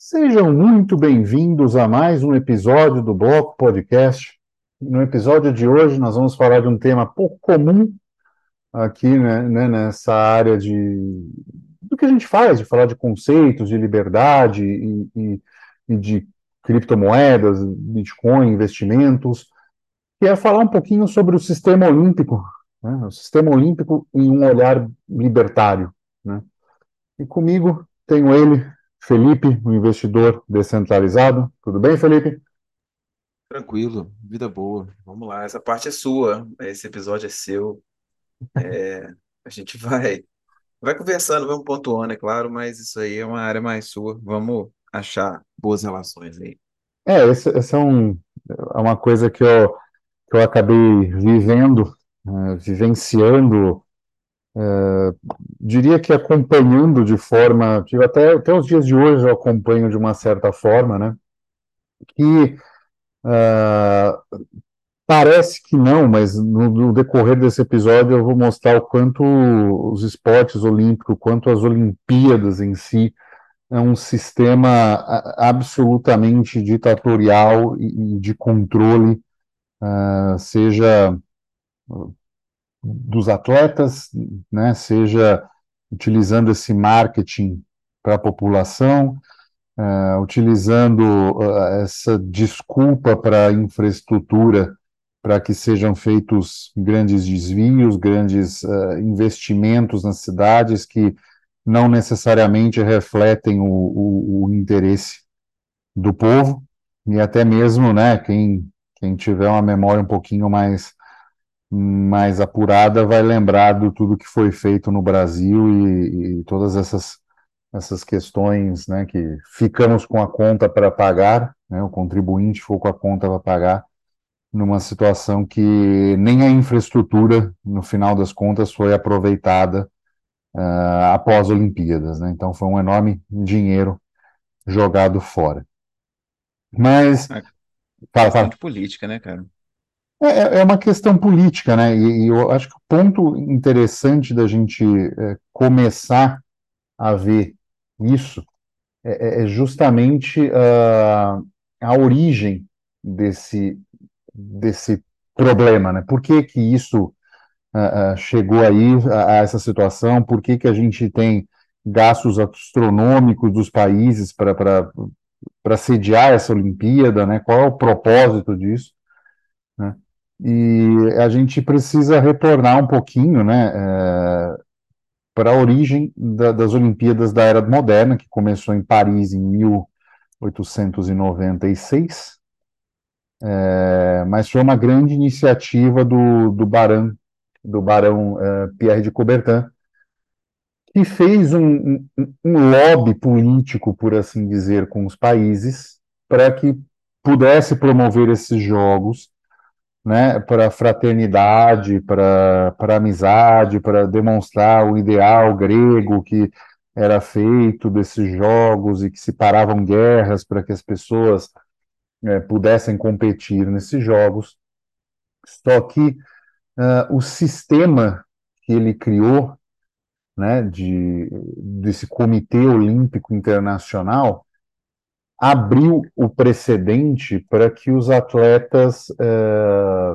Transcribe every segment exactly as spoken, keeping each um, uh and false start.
Sejam muito bem-vindos a mais um episódio do Bloco Podcast. No episódio de hoje, nós vamos falar de um tema pouco comum aqui, né, né, nessa área de do que a gente faz, de falar de conceitos, de liberdade e, e, e de criptomoedas, Bitcoin, investimentos, que é falar um pouquinho sobre o sistema olímpico, né, o sistema olímpico em um olhar libertário, né? E comigo tenho ele, Felipe, um investidor descentralizado. Tudo bem, Felipe? Tranquilo, vida boa. Vamos lá, essa parte é sua, esse episódio é seu. É, a gente vai, vai conversando, vamos pontuando, é claro, mas isso aí é uma área mais sua. Vamos achar boas relações aí. É, esse, esse é, um, é uma coisa que eu, que eu acabei vivendo, eh, vivenciando, diria que acompanhando de forma, que até, até os dias de hoje eu acompanho de uma certa forma, né? Que ah, parece que não, mas no, no decorrer desse episódio eu vou mostrar o quanto os esportes olímpicos, quanto as Olimpíadas em si, é um sistema a- absolutamente ditatorial e, e de controle, ah, seja dos atletas, né, seja utilizando esse marketing para a população, ah, utilizando ah, essa desculpa para a infraestrutura para que sejam feitos grandes desvios, grandes ah, investimentos nas cidades que não necessariamente refletem o, o, o interesse do povo, e até mesmo, né, quem, quem tiver uma memória um pouquinho mais, mais apurada vai lembrar de tudo que foi feito no Brasil e, e todas essas, essas questões, né, que ficamos com a conta para pagar, né, o contribuinte ficou com a conta para pagar, numa situação que nem a infraestrutura, no final das contas, foi aproveitada uh, após as Olimpíadas, né, então foi um enorme dinheiro jogado fora. Mas, A fala, questão fala. de política, né, cara? É, é é uma questão política, né? E, e eu acho que o ponto interessante da gente é, começar a ver isso é, é é justamente ah, a origem desse, desse problema, né? Por que que isso ah, ah, chegou aí a, a essa situação? Por que que a gente tem gastos astronômicos dos países para para sediar essa Olimpíada, né? Qual é o propósito disso? Né? E a gente precisa retornar um pouquinho, né, é, para a origem da, das Olimpíadas da Era Moderna, que começou em Paris em mil oitocentos e noventa e seis, é, mas foi uma grande iniciativa do, do Barão, do Barão é, Pierre de Coubertin, que fez um, um, um lobby político, por assim dizer, com os países, para que pudesse promover esses jogos, né, para fraternidade, para para amizade, para demonstrar o ideal grego que era feito desses jogos e que se paravam guerras para que as pessoas eh, pudessem competir nesses jogos. Só que ah, o sistema que ele criou, né, de, desse Comitê Olímpico Internacional, abriu o precedente para que os atletas eh,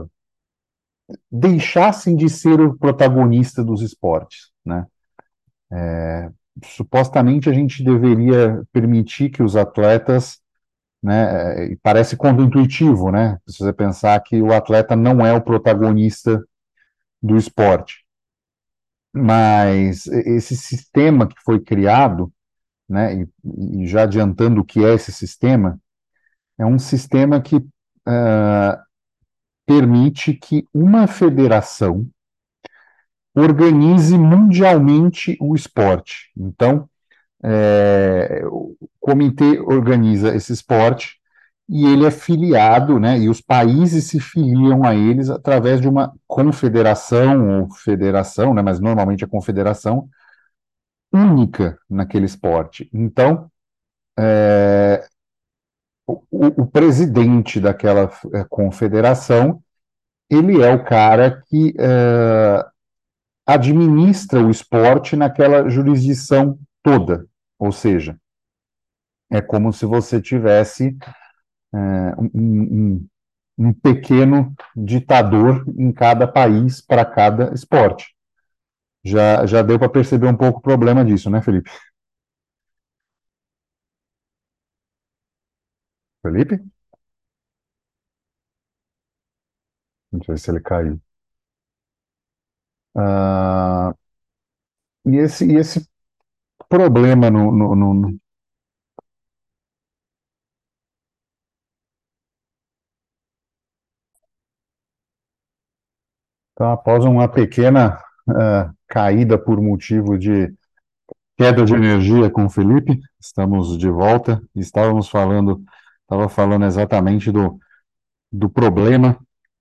deixassem de ser o protagonista dos esportes, né? Supostamente a gente deveria permitir que os atletas, né, e parece contra-intuitivo, né? Se você pensar que o atleta não é o protagonista do esporte, mas esse sistema que foi criado, né, e, e já adiantando o que é esse sistema, é um sistema que uh, permite que uma federação organize mundialmente o esporte. Então, é, o comitê organiza esse esporte e ele é filiado, né, e os países se filiam a eles através de uma confederação ou federação, né, mas normalmente a confederação única naquele esporte. Então, o, o presidente daquela é, confederação, ele é o cara que é, administra o esporte naquela jurisdição toda, ou seja, É como se você tivesse é, um, um- um um pequeno ditador em cada país para cada esporte. Já, já deu para perceber um pouco o problema disso, né, Felipe? Felipe? Não sei se ele caiu. Ah, e esse, e esse problema no, no, no- no- então, após uma pequena ah, caída por motivo de queda de energia com o Felipe, estamos de volta. Estávamos falando, estava falando exatamente do, do problema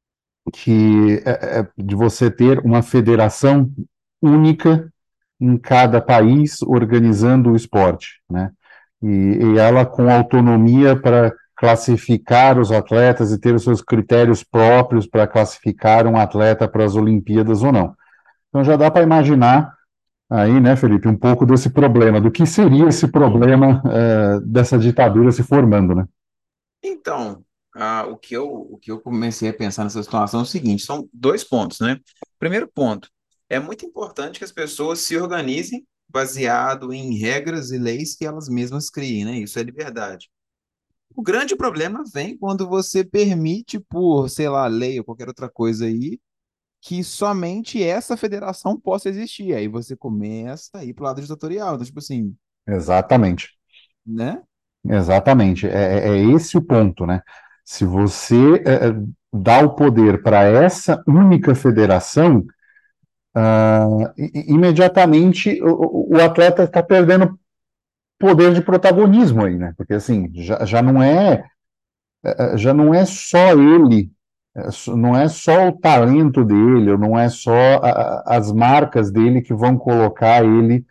que é, é de você ter uma federação única em cada país organizando o esporte, né? E, e ela com autonomia para classificar os atletas e ter os seus critérios próprios para classificar um atleta para as Olimpíadas ou não. Então já dá para imaginar aí, né, Felipe, um pouco desse problema, do que seria esse problema eh, dessa ditadura se formando, né? Então, ah, o que eu, o que eu comecei a pensar nessa situação é o seguinte: são dois pontos, né? Primeiro ponto, é muito importante que as pessoas se organizem baseado em regras e leis que elas mesmas criem, né? Isso é liberdade. O grande problema vem quando você permite, por, sei lá, lei ou qualquer outra coisa aí, que somente essa federação possa existir. Aí você começa a ir pro lado ditatorial. Então, tipo assim, Exatamente. né? Exatamente, é, é é esse o ponto, né? Se você é, é, dá o poder para essa única federação, ah, i- i- imediatamente o, o- o atleta está perdendo poder de protagonismo aí, né? Porque assim, já, já não é, é, já não é só ele, é só- não é só o talento dele, ou não é só a- a- as marcas dele que vão colocar ele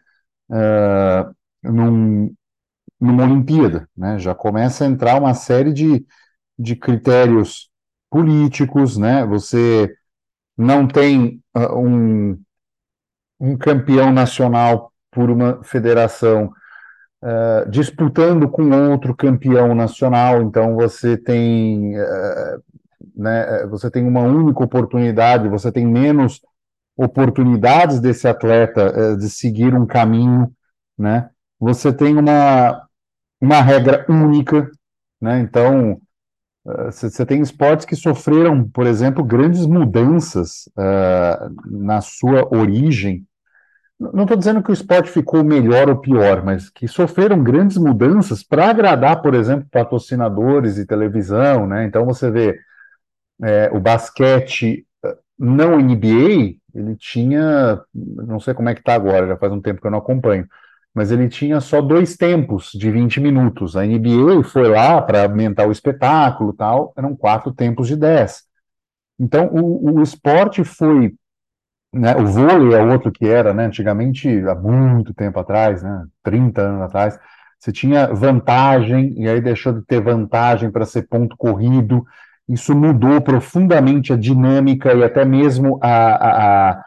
ah, num, numa Olimpíada, né? Já começa a entrar uma série de de critérios políticos, né? Você não tem uh, um, um campeão nacional por uma federação uh, disputando com outro campeão nacional, então você tem, uh, né, você tem uma única oportunidade, você tem menos oportunidades desse atleta uh, de seguir um caminho, né? Você tem uma, uma regra única, né? Então, você tem esportes que sofreram, por exemplo, grandes mudanças uh, na sua origem. Não estou dizendo que o esporte ficou melhor ou pior, mas que sofreram grandes mudanças para agradar, por exemplo, patrocinadores de televisão, né? Então você vê é, o basquete não N B A, ele tinha, não sei como é que está agora, já faz um tempo que eu não acompanho, mas ele tinha só dois tempos de vinte minutos. A N B A foi lá para aumentar o espetáculo e tal, eram quatro tempos de dez. Então, o, o esporte foi, né, o vôlei é outro que era, né, antigamente, há muito tempo atrás, né, trinta anos atrás, você tinha vantagem, e aí deixou de ter vantagem para ser ponto corrido. Isso mudou profundamente a dinâmica e até mesmo a, a,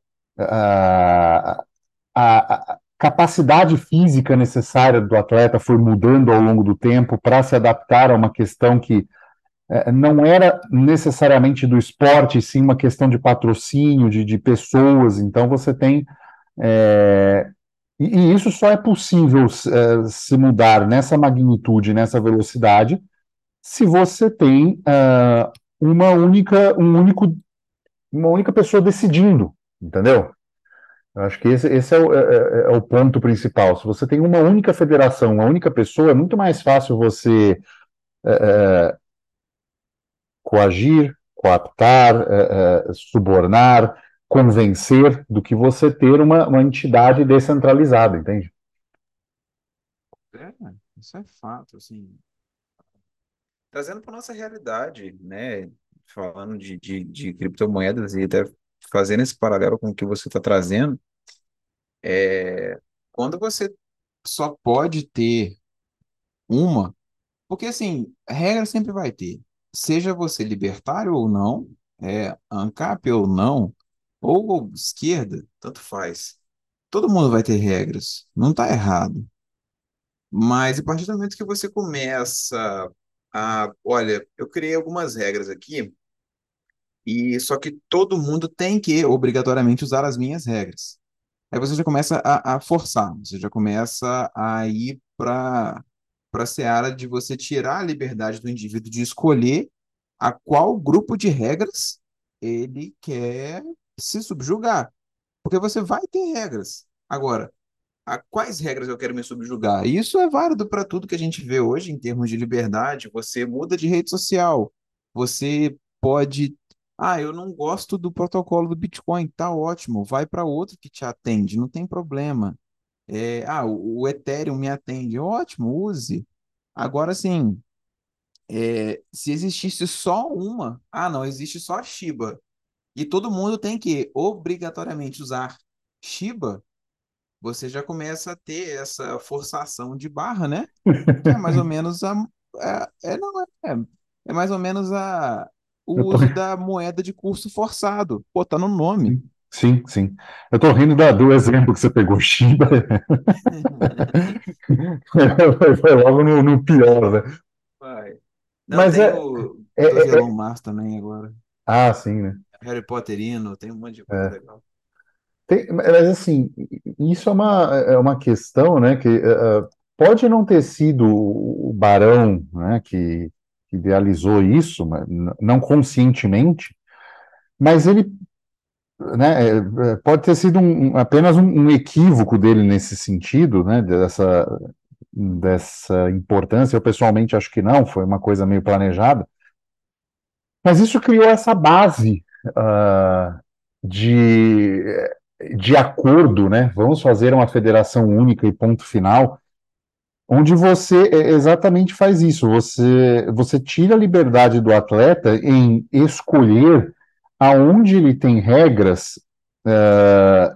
a, a, a capacidade física necessária do atleta foi mudando ao longo do tempo para se adaptar a uma questão que eh, não era necessariamente do esporte, sim uma questão de patrocínio, de, de pessoas. Então você tem. eh, e, e isso só é possível eh, se mudar nessa magnitude, nessa velocidade, se você tem ah, uma única, um único, uma única pessoa decidindo, entendeu? Eu acho que esse, esse é, o, é- é- é o ponto principal. Se você tem uma única federação, uma única pessoa, é muito mais fácil você coagir, coaptar, eh, eh, subornar, convencer, do que você ter uma, uma entidade descentralizada, entende? É, isso é fato, assim. Trazendo para nossa realidade, né? Falando de, de, de criptomoedas e até fazendo esse paralelo com o que você está trazendo, é, quando você só pode ter uma, porque assim, regra sempre vai ter, seja você libertário ou não, é, ANCAP ou não, ou esquerda, tanto faz. Todo mundo vai ter regras, não está errado. Mas a partir do momento que você começa a, olha, eu criei algumas regras aqui, e só que todo mundo tem que obrigatoriamente usar as minhas regras. Aí você já começa a, a forçar, você já começa a ir para para a seara de você tirar a liberdade do indivíduo de escolher a qual grupo de regras ele quer se subjugar. Porque você vai ter regras. Agora, a quais regras eu quero me subjugar? Isso é válido para tudo que a gente vê hoje em termos de liberdade. Você muda de rede social. Você pode. Ah, eu não gosto do protocolo do Bitcoin. Tá ótimo. Vai para outro que te atende. Não tem problema. É, ah, o, o Ethereum me atende. Ótimo, use. Agora sim, é, se existisse só uma, ah, não, existe só a Shiba. E todo mundo tem que obrigatoriamente usar Shiba, você já começa a ter essa forçação de barra, né? Que é mais ou menos a. É, é, não, é, é mais ou menos a, o Eu tô, uso da moeda de curso forçado. Pô, tá no nome. sim, sim. Eu tô rindo da- do exemplo que você pegou, Shiba. Foi, foi logo no, no pior, né? Vai. Não, Mas tem é, o é, dos é- Elon é- Musk também agora. Ah, sim, né? Harry Potterino, tem um monte de coisa É. legal. Tem- mas assim, isso é uma, é uma questão, né, que eh, eh, pode não ter sido o Barão, né, que, que idealizou isso, mas n- não conscientemente, mas ele, né, eh, eh, pode ter sido um- um- apenas um, um equívoco dele nesse sentido, né, dessa, dessa importância. Eu pessoalmente acho que não, foi uma coisa meio planejada, mas isso criou essa base ah, de, de acordo, né? Vamos fazer uma federação única e ponto final, onde você é, exatamente faz isso. Você, você tira a liberdade do atleta em escolher aonde ele tem regras, eh,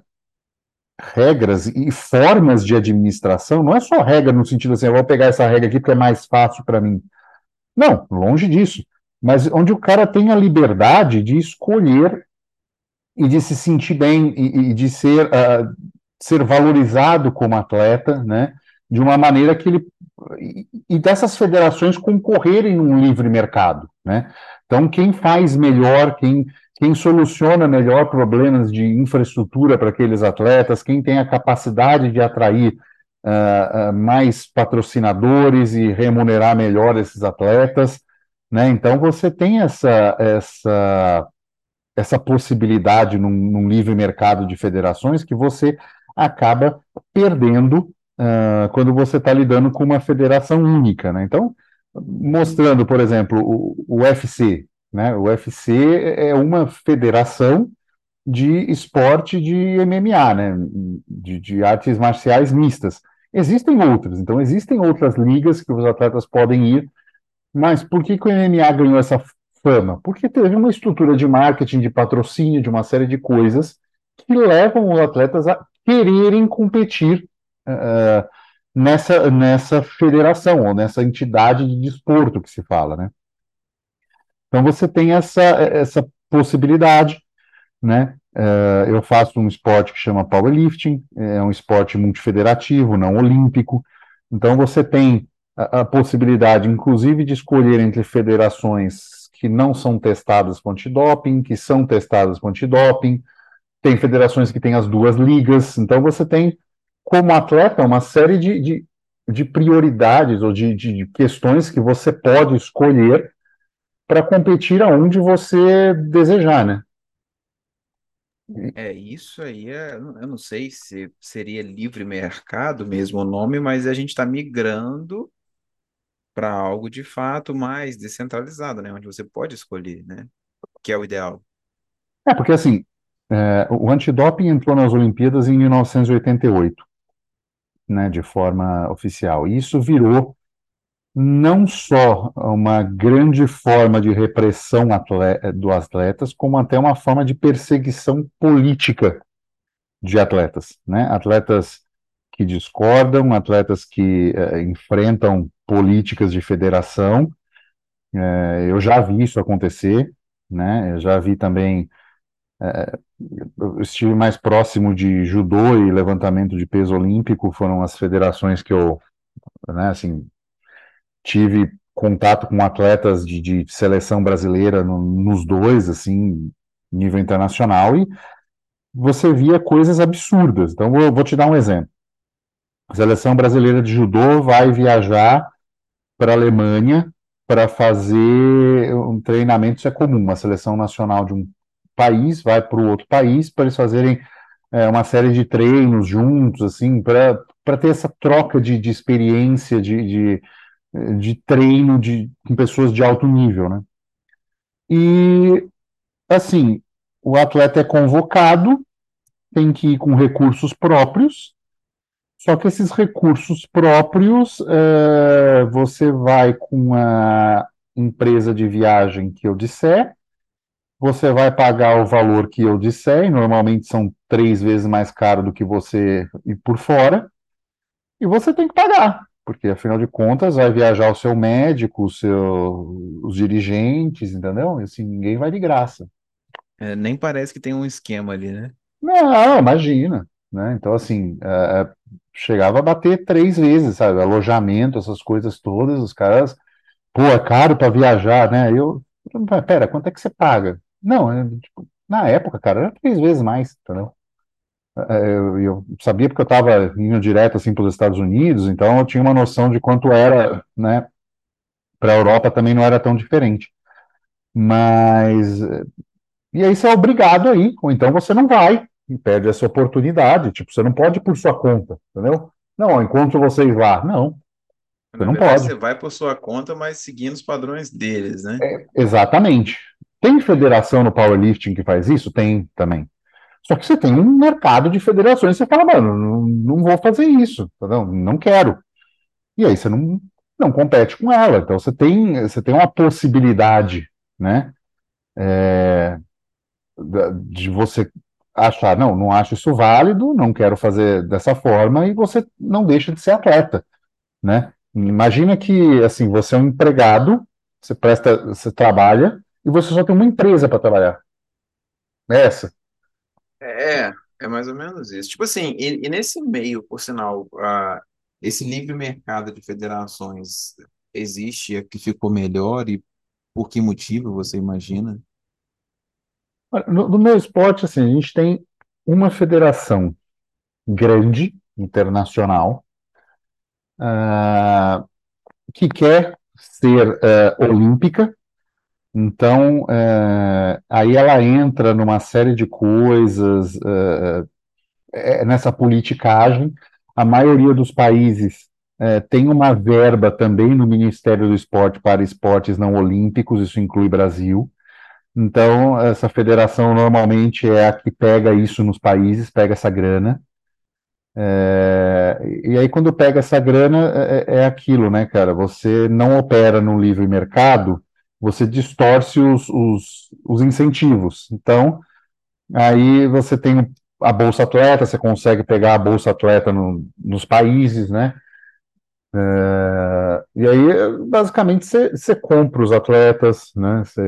regras e formas de administração. Não é só regra no sentido assim, eu vou pegar essa regra aqui porque é mais fácil para mim. Não, longe disso. Mas onde o cara tem a liberdade de escolher e de se sentir bem e, e de ser, uh, ser valorizado como atleta, né? De uma maneira que ele e, e dessas federações concorrerem num livre mercado, né? Então, quem faz melhor, quem quem soluciona melhor problemas de infraestrutura para aqueles atletas, quem tem a capacidade de atrair uh, uh, mais patrocinadores e remunerar melhor esses atletas, né? Então, você tem essa essa essa possibilidade num, num livre mercado de federações que você acaba perdendo uh, quando você está lidando com uma federação única, né? Então, mostrando, por exemplo, o, o U F C, né? O U F C é uma federação de esporte de M M A, né? De, de artes marciais mistas. Existem outras, então existem outras ligas que os atletas podem ir, mas por que que o M M A ganhou essa fama? Porque teve uma estrutura de marketing, de patrocínio, de uma série de coisas que levam os atletas a quererem competir uh, nessa, nessa federação, ou nessa entidade de desporto que se fala, né? Então você tem essa, essa possibilidade, né? Uh, eu faço um esporte que chama powerlifting, é um esporte multifederativo, não olímpico. Então você tem a, a possibilidade, inclusive, de escolher entre federações que não são testadas com antidoping, que são testadas com antidoping. Tem federações que têm as duas ligas. Então você tem, como atleta, uma série de, de, de prioridades ou de, de questões que você pode escolher para competir aonde você desejar, né? É, isso aí é, eu não eu não sei se seria livre mercado mesmo o nome, mas a gente está migrando para algo de fato mais descentralizado, né? Onde você pode escolher, né? Que é o ideal. É, porque assim, é, o antidoping entrou nas Olimpíadas em mil novecentos e oitenta e oito, né, de forma oficial. E isso virou não só uma grande forma de repressão atle- dos atletas, como até uma forma de perseguição política de atletas, né? Atletas que discordam, atletas que eh, enfrentam políticas de federação. Eh, eu já vi isso acontecer, né? Eu já vi também. Eu estive mais próximo de judô e levantamento de peso olímpico, foram as federações que eu né? Assim, tive contato com atletas de, de seleção brasileira no- nos dois, assim, nível internacional, e você via coisas absurdas. Então, vou, vou te dar um exemplo. A seleção brasileira de judô vai viajar para a Alemanha para fazer um treinamento, isso é comum, uma seleção nacional de um país vai para o outro país para eles fazerem é, uma série de treinos juntos, assim, para para ter essa troca de, de experiência, de, de, de treino de, com pessoas de alto nível, né? E, assim, o atleta é convocado, tem que ir com recursos próprios, só que esses recursos próprios, eh, você vai com a empresa de viagem que eu disser, você vai pagar o valor que eu disser, e normalmente são três vezes mais caro do que você ir por fora, e você tem que pagar, porque afinal de contas vai viajar o seu médico, o seu, os dirigentes, entendeu? E, assim, ninguém vai de graça. É, nem parece que tem um esquema ali, né? Não, imagina, né? Então, assim, é, é, chegava a bater três vezes, sabe? Alojamento, essas coisas todas, os caras, pô, é caro para viajar, né? Eu, pera, quanto é que você paga? Não, é, tipo, na época, cara, era três vezes mais, entendeu? É, Eu, eu sabia porque eu estava indo direto, assim, para os Estados Unidos, então eu tinha uma noção de quanto era, né? Para a Europa também não era tão diferente. Mas e aí você é obrigado a ir, ou então você não vai e perde essa oportunidade. Tipo, você não pode ir por sua conta, entendeu? Não, enquanto vocês lá. Não, você Na não verdade, pode. você vai por sua conta, mas seguindo os padrões deles, né? Exatamente. Tem federação no powerlifting que faz isso? Tem também. Só que você tem um mercado de federações, você fala, mano, não, não vou fazer isso, entendeu? Não quero. E aí você não, não compete com ela. Então você tem, você tem uma possibilidade, né? da- de você achar, não, não acho isso válido, não quero fazer dessa forma, e você não deixa de ser atleta, né? Imagina que, assim, você é um empregado, você presta, você trabalha, e você só tem uma empresa para trabalhar. É essa. É, é mais ou menos isso. Tipo assim, e, e nesse meio, por sinal, ah, esse livre mercado de federações existe, é que ficou melhor e por que motivo você imagina? No, no meu esporte, assim, a gente tem uma federação grande, internacional, ah, que quer ser ah, olímpica. Então, é, aí ela entra numa série de coisas, é, é, nessa politicagem. A maioria dos países é, tem uma verba também no Ministério do Esporte para esportes não olímpicos, isso inclui Brasil. Então, essa federação normalmente é a que pega isso nos países, pega essa grana. É, e aí, quando pega essa grana, é, é aquilo, né, cara? Você não opera no livre mercado, você distorce os, os, os incentivos. Então, aí você tem a Bolsa Atleta, você consegue pegar a Bolsa Atleta no, nos países, né? É, e aí, basicamente, você, você compra os atletas, né? Você,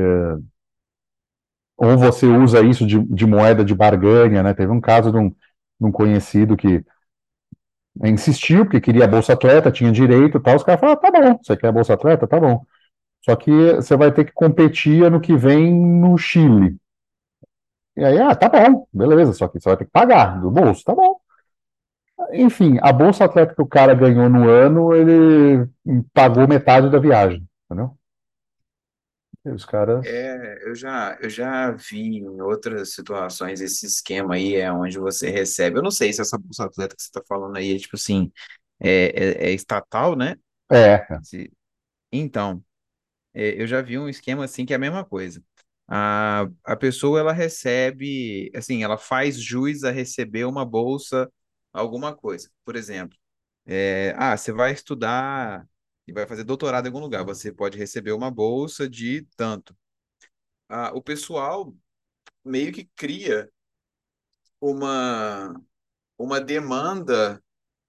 ou você usa isso de, de moeda de barganha, né? Teve um caso de um, de um conhecido que insistiu, porque queria a Bolsa Atleta, tinha direito e tal. Os caras falaram: ah, tá bom, você quer a Bolsa Atleta? Tá bom. Só que você vai ter que competir ano que vem no Chile. E aí, ah, tá bom, beleza, só que você vai ter que pagar do bolso, tá bom. Enfim, a Bolsa Atleta que o cara ganhou no ano, ele pagou metade da viagem, entendeu? E os caras. É, eu já, eu já vi em outras situações esse esquema aí, é onde você recebe. Eu não sei se essa bolsa atleta que você está falando aí é tipo assim, é, é, é estatal, né? É, Se- então, é, eu já vi um esquema assim que é a mesma coisa. A, a pessoa ela recebe, assim, ela faz jus a receber uma bolsa, alguma coisa. Por exemplo, é, ah, você vai estudar e vai fazer doutorado em algum lugar, você pode receber uma bolsa de tanto. Ah, o pessoal meio que cria uma, uma demanda,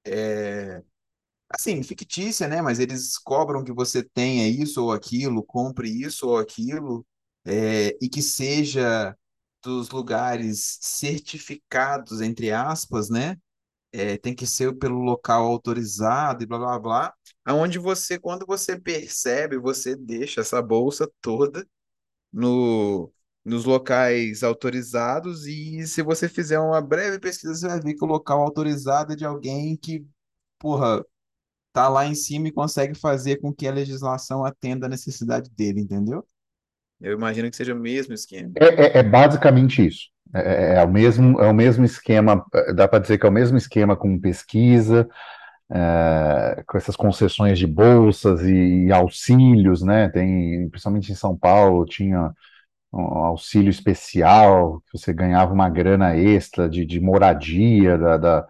assim, fictícia, né? Mas eles cobram que você tenha isso ou aquilo, compre isso ou aquilo, é, e que seja dos lugares certificados, entre aspas, né? é, tem que ser pelo local autorizado e blá blá blá. Aonde você, quando você percebe, você deixa essa bolsa toda no, nos locais autorizados, e se você fizer uma breve pesquisa, você vai ver que o local autorizado é de alguém que, porra, tá lá em cima e consegue fazer com que a legislação atenda a necessidade dele, entendeu? Eu imagino que seja o mesmo esquema. É, é- é basicamente isso. É, é é o mesmo, é o mesmo esquema, eh, dá para dizer que é o mesmo esquema com pesquisa, eh, com essas concessões de bolsas e, e auxílios, né? Tem, principalmente em São Paulo, tinha um auxílio especial, que você ganhava uma grana extra de, de moradia da, da-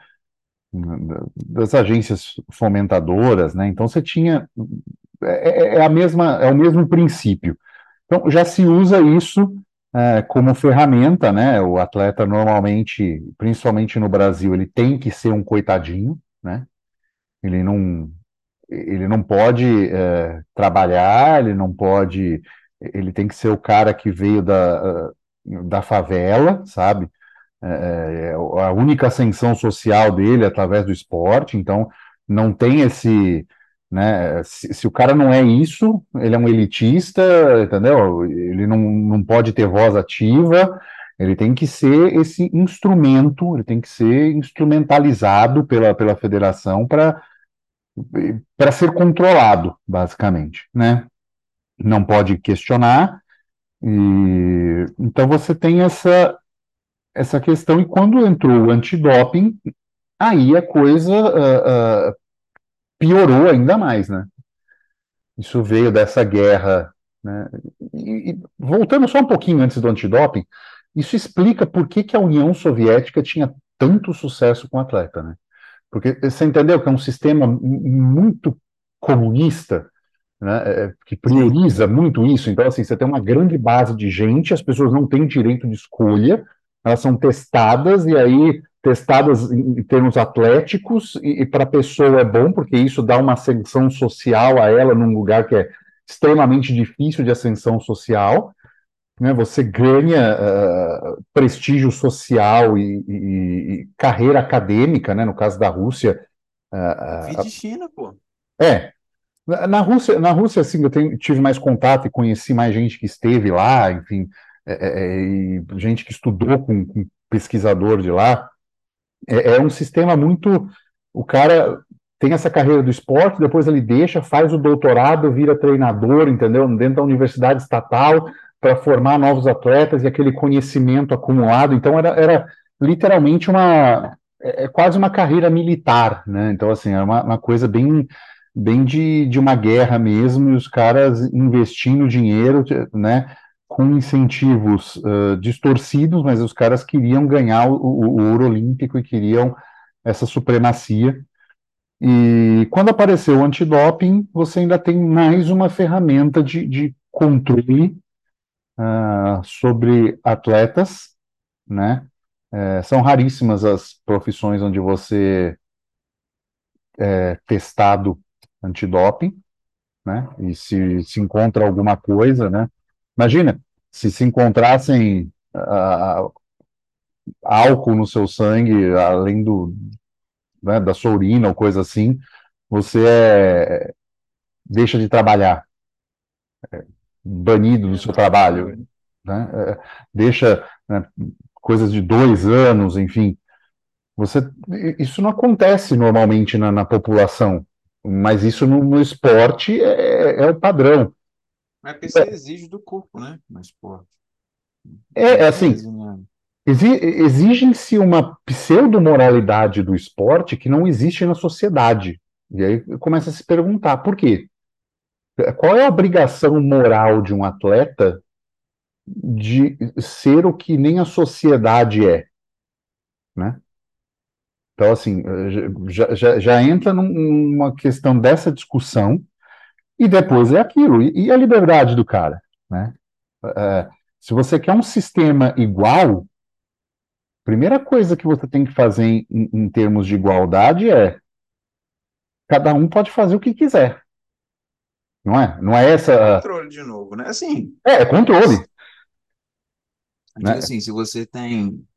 das agências fomentadoras, né? Então você tinha, é, é é a mesma, é o mesmo princípio. Então, já se usa isso é, como ferramenta, né? O atleta normalmente, principalmente no Brasil, ele tem que ser um coitadinho, né? Ele não, ele não pode é, trabalhar, ele não pode, ele tem que ser o cara que veio da, da favela, sabe? É, é a única ascensão social dele é através do esporte, então não tem esse, né, se, se o cara não é isso, ele é um elitista, entendeu? Ele não, não pode ter voz ativa, ele tem que ser esse instrumento, ele tem que ser instrumentalizado pela, pela federação para para ser controlado, basicamente, né? Não pode questionar, e então você tem essa essa questão, e quando entrou o antidoping, aí a coisa uh, uh, piorou ainda mais, né? Isso veio dessa guerra, né? E, e, voltando só um pouquinho antes do antidoping, isso explica por que, que a União Soviética tinha tanto sucesso com o atleta, né? Porque você entendeu que é um sistema muito comunista, né, é, que Sim. prioriza muito isso. Então, assim, você tem uma grande base de gente, as pessoas não têm direito de escolha, elas são testadas, e aí testadas em, em termos atléticos, e, e para a pessoa é bom, porque isso dá uma ascensão social a ela num lugar que é extremamente difícil de ascensão social, né? Você ganha uh, prestígio social e, e, e, carreira acadêmica, né? No caso da Rússia, Vi uh, uh, de China, pô. é, na na Rússia, na Rússia, assim, eu tenho- tive mais contato e conheci mais gente que esteve lá, enfim, é, é, é, e gente que estudou com, com pesquisador de lá. É, é um sistema muito. O cara tem essa carreira do esporte, depois ele deixa, faz o doutorado, vira treinador, entendeu? Dentro da universidade estatal, para formar novos atletas e aquele conhecimento acumulado. Então, era, era literalmente uma. É, é quase uma carreira militar, né? Então, assim, é uma, uma coisa bem. Bem de, de uma guerra mesmo, e os caras investindo dinheiro, né? Com incentivos uh, distorcidos, mas os caras queriam ganhar o, o, o ouro olímpico e queriam essa supremacia. E quando apareceu o antidoping, você ainda tem mais uma ferramenta de, de controle uh, sobre atletas, né? É, são raríssimas as profissões onde você é testado antidoping, né? E se se encontra alguma coisa, né? Imagina, se se encontrassem uh, álcool no seu sangue, além do, né, da sua urina ou coisa assim, você é, deixa de trabalhar, banido do É, seu não, trabalho, doido. né? É, deixa, né, coisas de dois anos, enfim. Você, isso não acontece normalmente na, na população, mas isso no, no esporte é, é o padrão. Mas porque você exige do corpo, né? Mas, pô, É, em é assim, tese, né? exi- exige-se uma pseudo-moralidade do esporte que não existe na sociedade. E aí começa a se perguntar, por quê? Qual é a obrigação moral de um atleta de ser o que nem a sociedade é, né? Então, assim, já, já, já entra num- numa questão dessa discussão, e depois é aquilo. E, e a liberdade do cara, né? É, se você quer um sistema igual, a primeira coisa que você tem que fazer em, em termos de igualdade é cada um pode fazer o que quiser, não é? Não é essa. Controle de novo, né? Assim, É, é controle, eu digo né? assim, se você tem.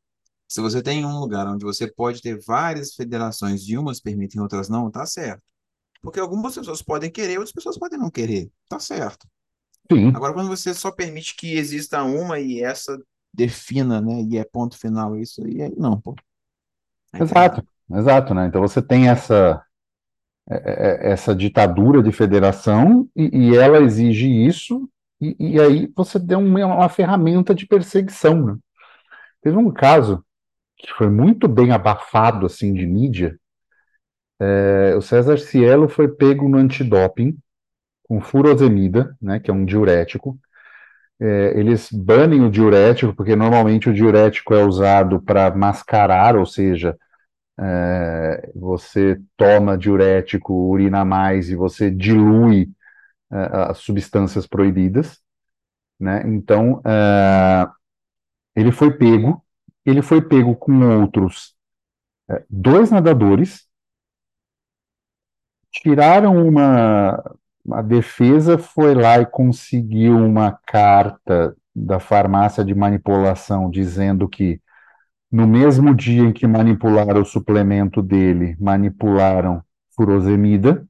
Se você tem um lugar onde você pode ter várias federações e umas permitem, outras não, tá certo. Porque algumas pessoas podem querer, outras pessoas podem não querer, tá certo. Sim, Agora, quando você só permite que exista uma e essa defina, né, e é ponto final, é isso aí, aí não, pô, aí tá exato, errado. exato, né? Então você tem essa, é- é- essa ditadura de federação e, e ela exige isso, e, e aí você deu uma, uma ferramenta de perseguição, né? Teve um caso que foi muito bem abafado assim de mídia. É, o César Cielo foi pego no antidoping com furosemida, né, que é um diurético. É, eles banem o diurético porque normalmente o diurético é usado para mascarar, ou seja, é, você toma diurético, urina mais e você dilui é, as substâncias proibidas, né? Então, é, ele foi pego, ele foi pego com outros dois nadadores, tiraram uma. A defesa foi lá e conseguiu uma carta da farmácia de manipulação dizendo que no mesmo dia em que manipularam o suplemento dele, manipularam furosemida.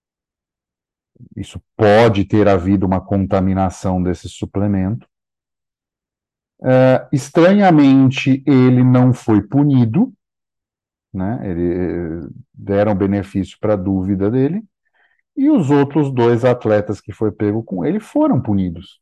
Isso pode ter havido uma contaminação desse suplemento. Uh, estranhamente, ele não foi punido, né? Ele, deram benefício para a dúvida dele. E os outros dois atletas que foi pego com ele foram punidos.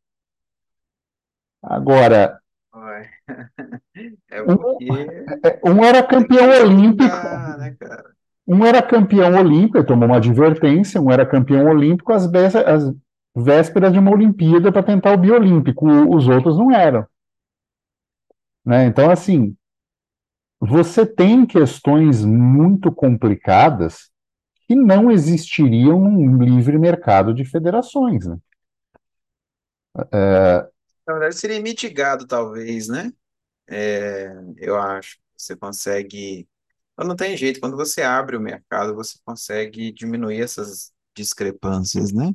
Agora, Ué, é um, porque um era tem que campeão ver seu olímpico, lugar, né, cara? um era campeão olímpico, ele tomou uma advertência, um era campeão olímpico às, às vésperas de uma Olimpíada para tentar o biolímpico, os outros não eram. Né? Então, assim, você tem questões muito complicadas que não existiriam num livre mercado de federações. Né? É, Na verdade, seria mitigado, talvez, né? É, eu acho. Você consegue. Mas não tem jeito, quando você abre o mercado, você consegue diminuir essas discrepâncias, né?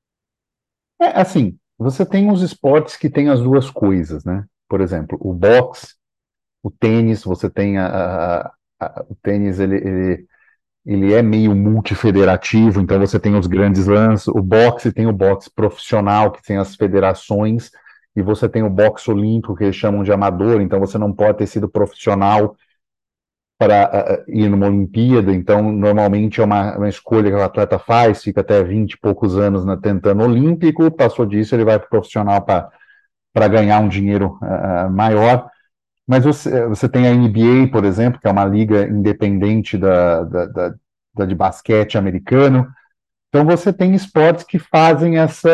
é, assim, você tem os esportes que têm as duas coisas, né? Por exemplo, o boxe, o tênis, você tem a, a- a- o tênis, ele, ele, ele é meio multifederativo, então você tem os grandes lãs, o boxe tem o boxe profissional, que tem as federações, e você tem o boxe olímpico, que eles chamam de amador, então você não pode ter sido profissional para uh, ir numa Olimpíada, então normalmente é uma, uma escolha que o atleta faz, fica até vinte e poucos anos na, tentando olímpico, passou disso, ele vai para o profissional para ganhar um dinheiro uh, maior. Mas você, você tem a N B A, por exemplo, que é uma liga independente da, da, da, da de basquete americano. Então você tem esportes que fazem essa,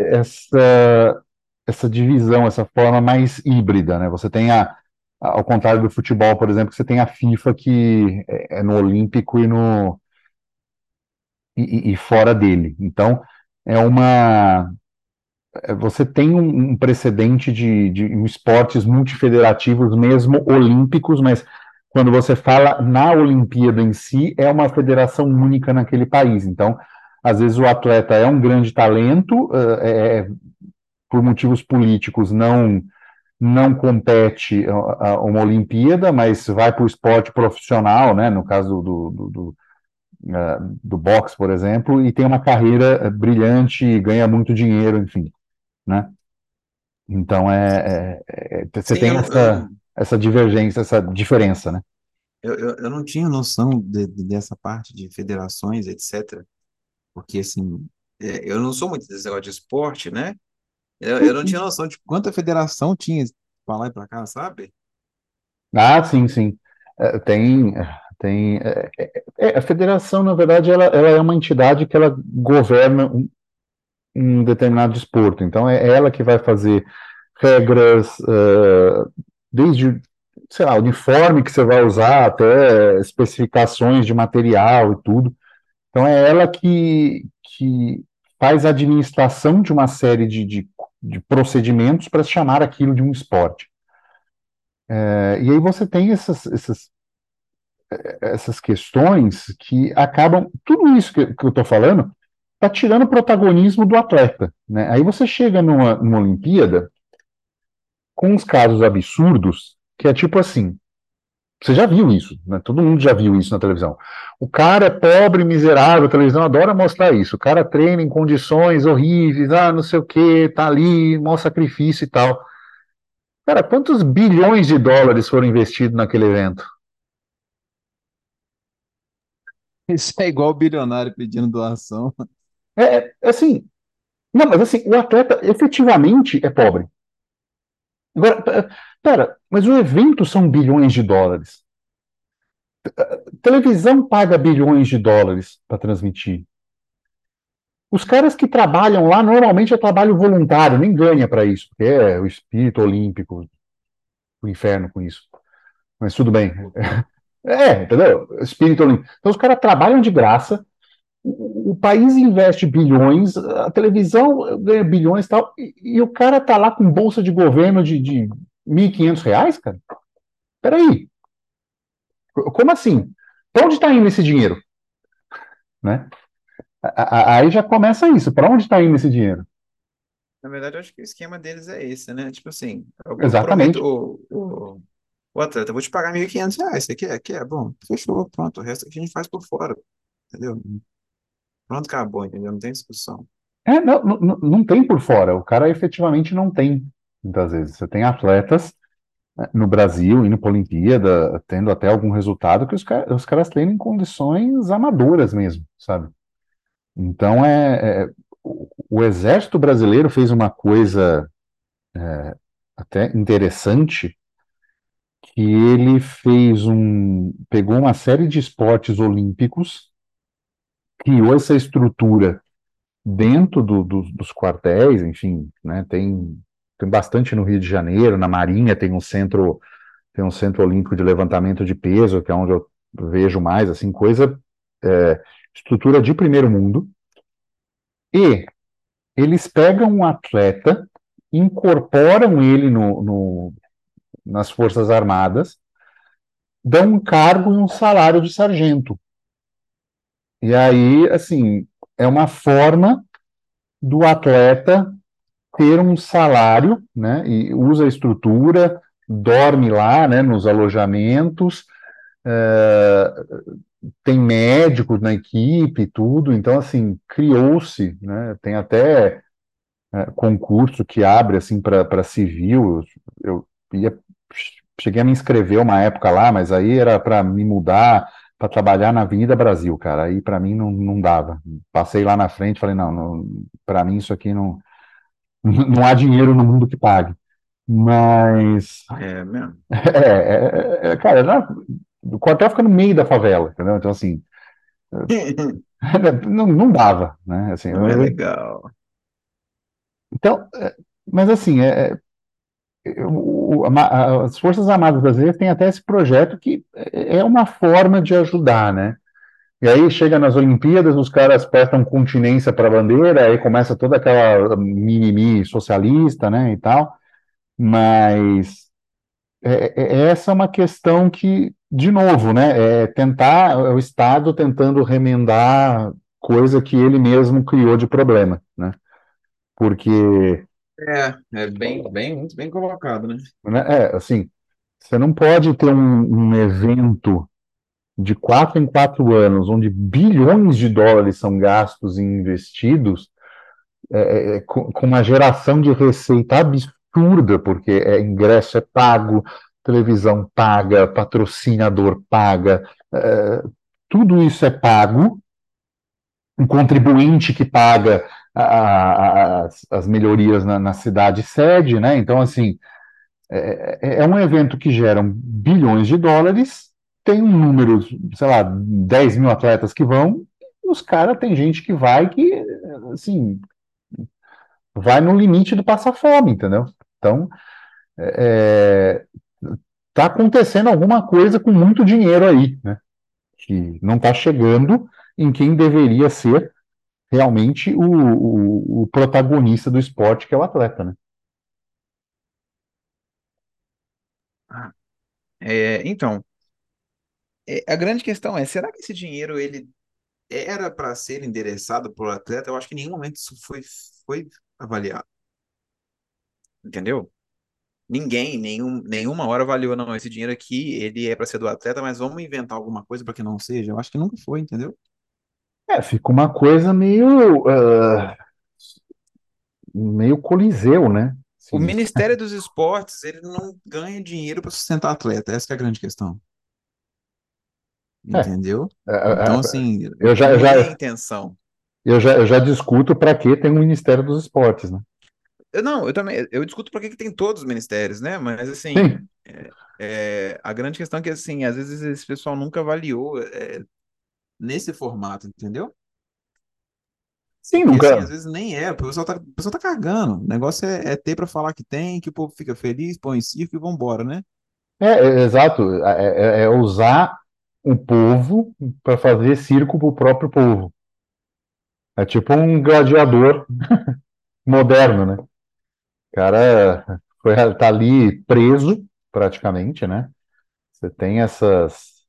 essa, essa divisão, essa forma mais híbrida, né? Você tem a, ao contrário do futebol, por exemplo, você tem a FIFA que é no Olímpico e no e, e fora dele. Então é uma você tem um, um precedente de, de esportes multifederativos, mesmo olímpicos, mas quando você fala na Olimpíada em si, é uma federação única naquele país. Então, às vezes o atleta é um grande talento, é, é, por motivos políticos não não compete a, a uma Olimpíada, mas vai para o esporte profissional, né? No caso do, do, do, uh, do boxe, por exemplo, e tem uma carreira brilhante, ganha muito dinheiro, enfim, né? Então, é, é- é- você Sim, eu tem não, eu essa, não, essa divergência, essa diferença, né? eu, eu, eu não tinha noção de- de- dessa parte de federações, etcétera. Porque, assim, é, eu não sou muito desse negócio de esporte, né? Eu, eu não tinha noção de quanta federação tinha pra lá e pra cá, sabe? Ah, sim, sim. É, tem, tem, é, é, é, a federação, na verdade, ela, ela é uma entidade que ela governa um, um determinado desporto. Então, é ela que vai fazer regras, é, desde, sei lá, uniforme que você vai usar até especificações de material e tudo. Então é ela que, que faz a administração de uma série de, de, de procedimentos para chamar aquilo de um esporte. É, e aí você tem essas, essas, essas questões que acabam. Tudo isso que, que eu estou falando está tirando o protagonismo do atleta. Né? Aí você chega numa, numa Olimpíada com uns casos absurdos, que é tipo assim. Você já viu isso, né? Todo mundo já viu isso na televisão. O cara é pobre, miserável, a televisão adora mostrar isso. O cara treina em condições horríveis, ah, não sei o quê, tá ali, maior sacrifício e tal. Cara, quantos bilhões de dólares foram investidos naquele evento? Isso é igual o bilionário pedindo doação. É, é assim, não, mas assim, o atleta efetivamente é pobre. Agora, pe- pera, mas o evento são bilhões de dólares. Televisão paga bilhões de dólares para transmitir. Os caras que trabalham lá normalmente é trabalho voluntário, nem ganha para isso, porque é o espírito olímpico, o inferno com isso. Mas tudo bem. É, entendeu? Espírito olímpico. Então os caras trabalham de graça, o, o país investe bilhões, a televisão ganha bilhões e tal, e, e o cara tá lá com bolsa de governo de, de mil e quinhentos reais, cara? Peraí, como assim? Para onde está indo esse dinheiro? Né? A- a- Aí já começa isso. Para onde está indo esse dinheiro? Na verdade, eu acho que o esquema deles é esse, né? Tipo assim, eu, eu prometo, Exatamente. o, o, o atleta, eu vou te pagar mil e quinhentos reais, você quer? Quer? Bom, fechou, pronto, o resto aqui a gente faz por fora, entendeu? Pronto, acabou, entendeu? Não tem discussão. É, não, não, não tem por fora. O cara efetivamente não tem, muitas vezes. Você tem atletas, né, no Brasil, indo para a Olimpíada, tendo até algum resultado, que os, ca- os caras treinam em condições amadoras mesmo, sabe? Então, é, é- o, o Exército Brasileiro fez uma coisa até interessante, que ele fez um, pegou uma série de esportes olímpicos, criou essa estrutura dentro do- do- dos quartéis, enfim, né, tem, tem bastante no Rio de Janeiro, na Marinha tem um centro, tem um centro olímpico de levantamento de peso, que é onde eu vejo mais, assim, coisa, é, estrutura de primeiro mundo, e eles pegam um atleta, incorporam ele no, no- nas Forças Armadas, dão um cargo e um salário de sargento. E aí, assim, é uma forma do atleta ter um salário, né, e usa a estrutura, dorme lá, né, nos alojamentos, é, tem médicos na equipe e tudo, então, assim, criou-se, né, tem até é, concurso que abre, assim, para civil, eu, eu ia, cheguei a me inscrever uma época lá, mas aí era para me mudar, para trabalhar na Avenida Brasil, cara, aí para mim não, não dava, passei lá na frente, falei, não, não para mim isso aqui não, não há dinheiro no mundo que pague. Mas, É mesmo? é, é, é, cara, na- o quartel fica no meio da favela, entendeu? Então, assim, não, não dava, né? Assim, Não é eu- legal. então, é, mas assim, é, é, o- a ma- as Forças Armadas Brasileiras têm até esse projeto que é é uma forma de ajudar, né? E aí chega nas Olimpíadas, os caras prestam continência para a bandeira, aí começa toda aquela mimimi socialista, né, e tal, mas é, é- é, essa é uma questão que, de novo, né, é tentar, é o Estado tentando remendar coisa que ele mesmo criou de problema, né? Porque, É, é bem, bem, muito bem colocado, né? né, é, assim, você não pode ter um, um evento de quatro em quatro anos, onde bilhões de dólares são gastos e investidos, é, é, com, com uma geração de receita absurda, porque é, ingresso é pago, televisão paga, patrocinador paga, é, tudo isso é pago, um contribuinte que paga a- a- as, as melhorias na, na cidade sede, né? Então, assim, é, é é um evento que gera bilhões de dólares, tem um número, sei lá, dez mil atletas que vão, e os caras, tem gente que vai que, assim, vai no limite do passar fome, entendeu? Então, é, tá acontecendo alguma coisa com muito dinheiro aí, né? Que não está chegando em quem deveria ser realmente o, o, o protagonista do esporte, que é o atleta, né? Ah, é, então, é, a grande questão é, será que esse dinheiro ele era para ser endereçado para o atleta? Eu acho que em nenhum momento isso foi, foi avaliado, entendeu? ninguém, nenhum, nenhuma hora avaliou, não, esse dinheiro aqui, ele é para ser do atleta, mas vamos inventar alguma coisa para que não seja. Eu acho que nunca foi, entendeu? É, fica uma coisa meio, ah, meio coliseu, né? O Assim, Ministério dos Esportes, ele não ganha dinheiro para sustentar atleta, essa que é a grande questão, é, entendeu? é, é, Então, é, assim, eu já, eu não é a já, intenção. eu já, eu já discuto para que tem um Ministério dos Esportes, né? Eu não, eu também, eu discuto por que que tem todos os ministérios, né? Mas assim, Sim, é, é, a grande questão é que assim, às vezes esse pessoal nunca avaliou é, nesse formato, entendeu? sim, Porque assim, nunca. às vezes nem é, o pessoal tá, o pessoal tá cagando. O negócio é, é ter para falar que tem, que o povo fica feliz, põe em circo e vambora, né? É, é, exato, é, é- é usar o povo para fazer circo pro próprio povo. É tipo um gladiador moderno, né? O cara foi, tá ali preso, praticamente, né? Você tem essas,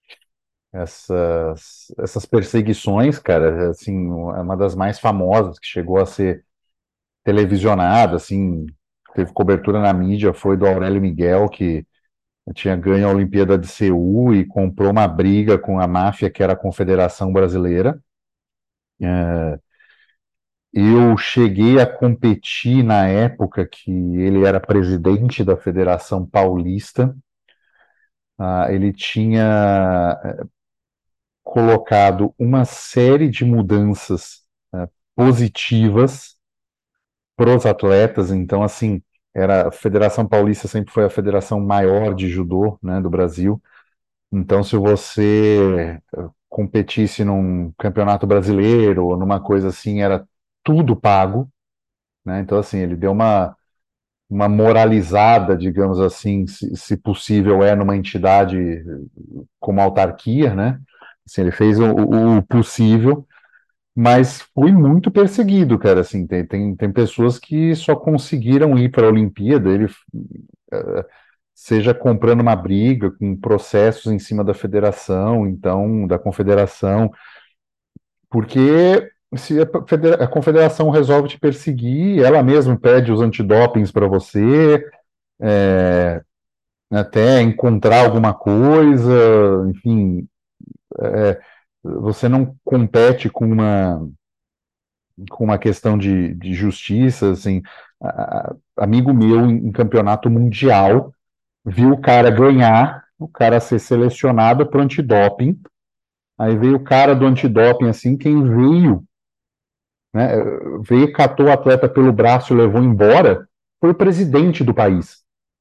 essas, essas perseguições, cara, assim, é uma das mais famosas que chegou a ser televisionada, assim, teve cobertura na mídia, foi do Aurélio Miguel, que tinha ganho a Olimpíada de Seul e comprou uma briga com a máfia que era a Confederação Brasileira. É, eu cheguei a competir na época que ele era presidente da Federação Paulista. Ah, ele tinha colocado uma série de mudanças, né, positivas para os atletas. Então, assim, era a Federação Paulista sempre foi a federação maior de judô, né, do Brasil. Então, se você eh, competisse num campeonato brasileiro ou numa coisa assim, era tudo pago, né? Então, assim, ele deu uma, uma moralizada, digamos assim, se, se possível, é numa entidade como autarquia, né? Assim, ele fez o, o- o possível, mas foi muito perseguido, cara. Assim, tem, tem, tem pessoas que só conseguiram ir para a Olimpíada, ele, eh, seja comprando uma briga, com processos em cima da federação, então, da confederação, porque se a federa- a confederação resolve te perseguir, ela mesma pede os antidopings para você, é, até encontrar alguma coisa, enfim, é, você não compete com uma, com uma questão de, de justiça, assim, a- a- amigo meu em, em campeonato mundial viu o cara ganhar, o cara ser selecionado para o antidoping, aí veio o cara do antidoping, assim, quem veio, né, veio, catou o atleta pelo braço e levou embora, foi o presidente do país.